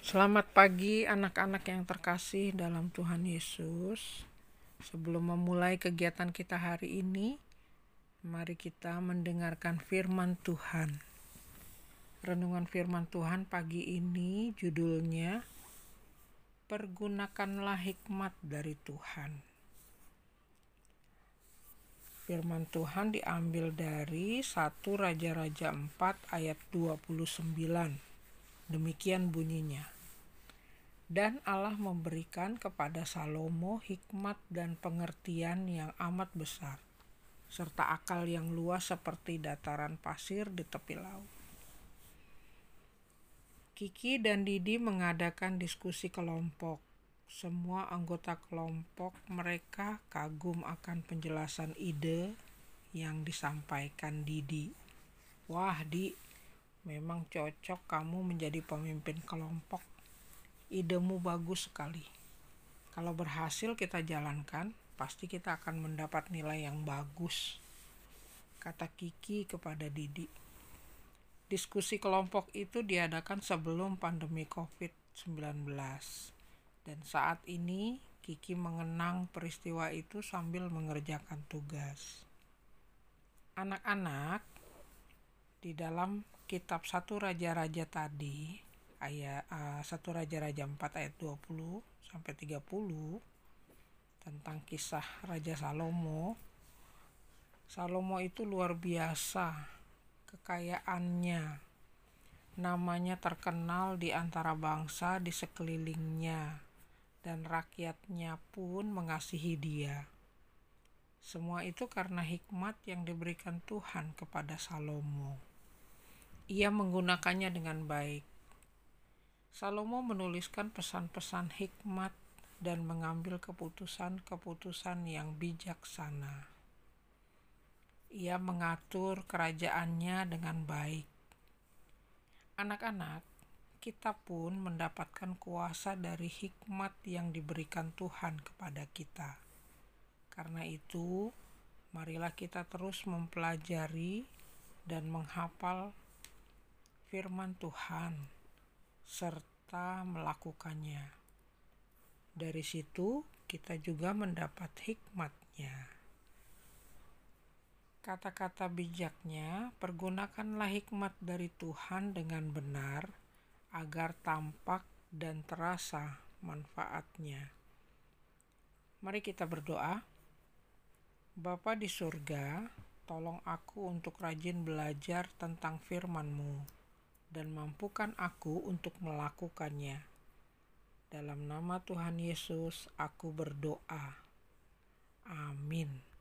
Selamat pagi anak-anak yang terkasih dalam Tuhan Yesus. Sebelum memulai kegiatan kita hari ini, mari kita mendengarkan firman Tuhan. Renungan firman Tuhan pagi ini judulnya Pergunakanlah hikmat dari Tuhan. Firman Tuhan diambil dari 1 Raja-Raja 4 ayat 29. Demikian bunyinya. Dan Allah memberikan kepada Salomo hikmat dan pengertian yang amat besar, serta akal yang luas seperti dataran pasir di tepi laut. Kiki dan Didi mengadakan diskusi kelompok. Semua anggota kelompok mereka kagum akan penjelasan ide yang disampaikan Didi. Wah, Di, memang cocok kamu menjadi pemimpin kelompok. Idemu bagus sekali. Kalau berhasil kita jalankan, pasti kita akan mendapat nilai yang bagus, kata Kiki kepada Didi. Diskusi kelompok itu diadakan sebelum pandemi COVID-19. Dan saat ini Kiki mengenang peristiwa itu sambil mengerjakan tugas. Anak-anak, di dalam kitab 1 Raja-Raja tadi, ayat 1 Raja-Raja 4 ayat 20 sampai 30 tentang kisah Raja Salomo. Salomo itu luar biasa kekayaannya. Namanya terkenal di antara bangsa di sekelilingnya dan rakyatnya pun mengasihi dia. Semua itu karena hikmat yang diberikan Tuhan kepada Salomo. Ia menggunakannya dengan baik. Salomo menuliskan pesan-pesan hikmat dan mengambil keputusan-keputusan yang bijaksana. Ia mengatur kerajaannya dengan baik. Anak-anak, kita pun mendapatkan kuasa dari hikmat yang diberikan Tuhan kepada kita. Karena itu, marilah kita terus mempelajari dan menghafal firman Tuhan serta melakukannya. Dari situ kita juga mendapat hikmatnya. Kata-kata bijaknya, pergunakanlah hikmat dari Tuhan dengan benar agar tampak dan terasa manfaatnya. Mari kita berdoa. Bapa di surga, tolong aku untuk rajin belajar tentang firman-Mu dan mampukan aku untuk melakukannya. Dalam nama Tuhan Yesus, aku berdoa. Amin.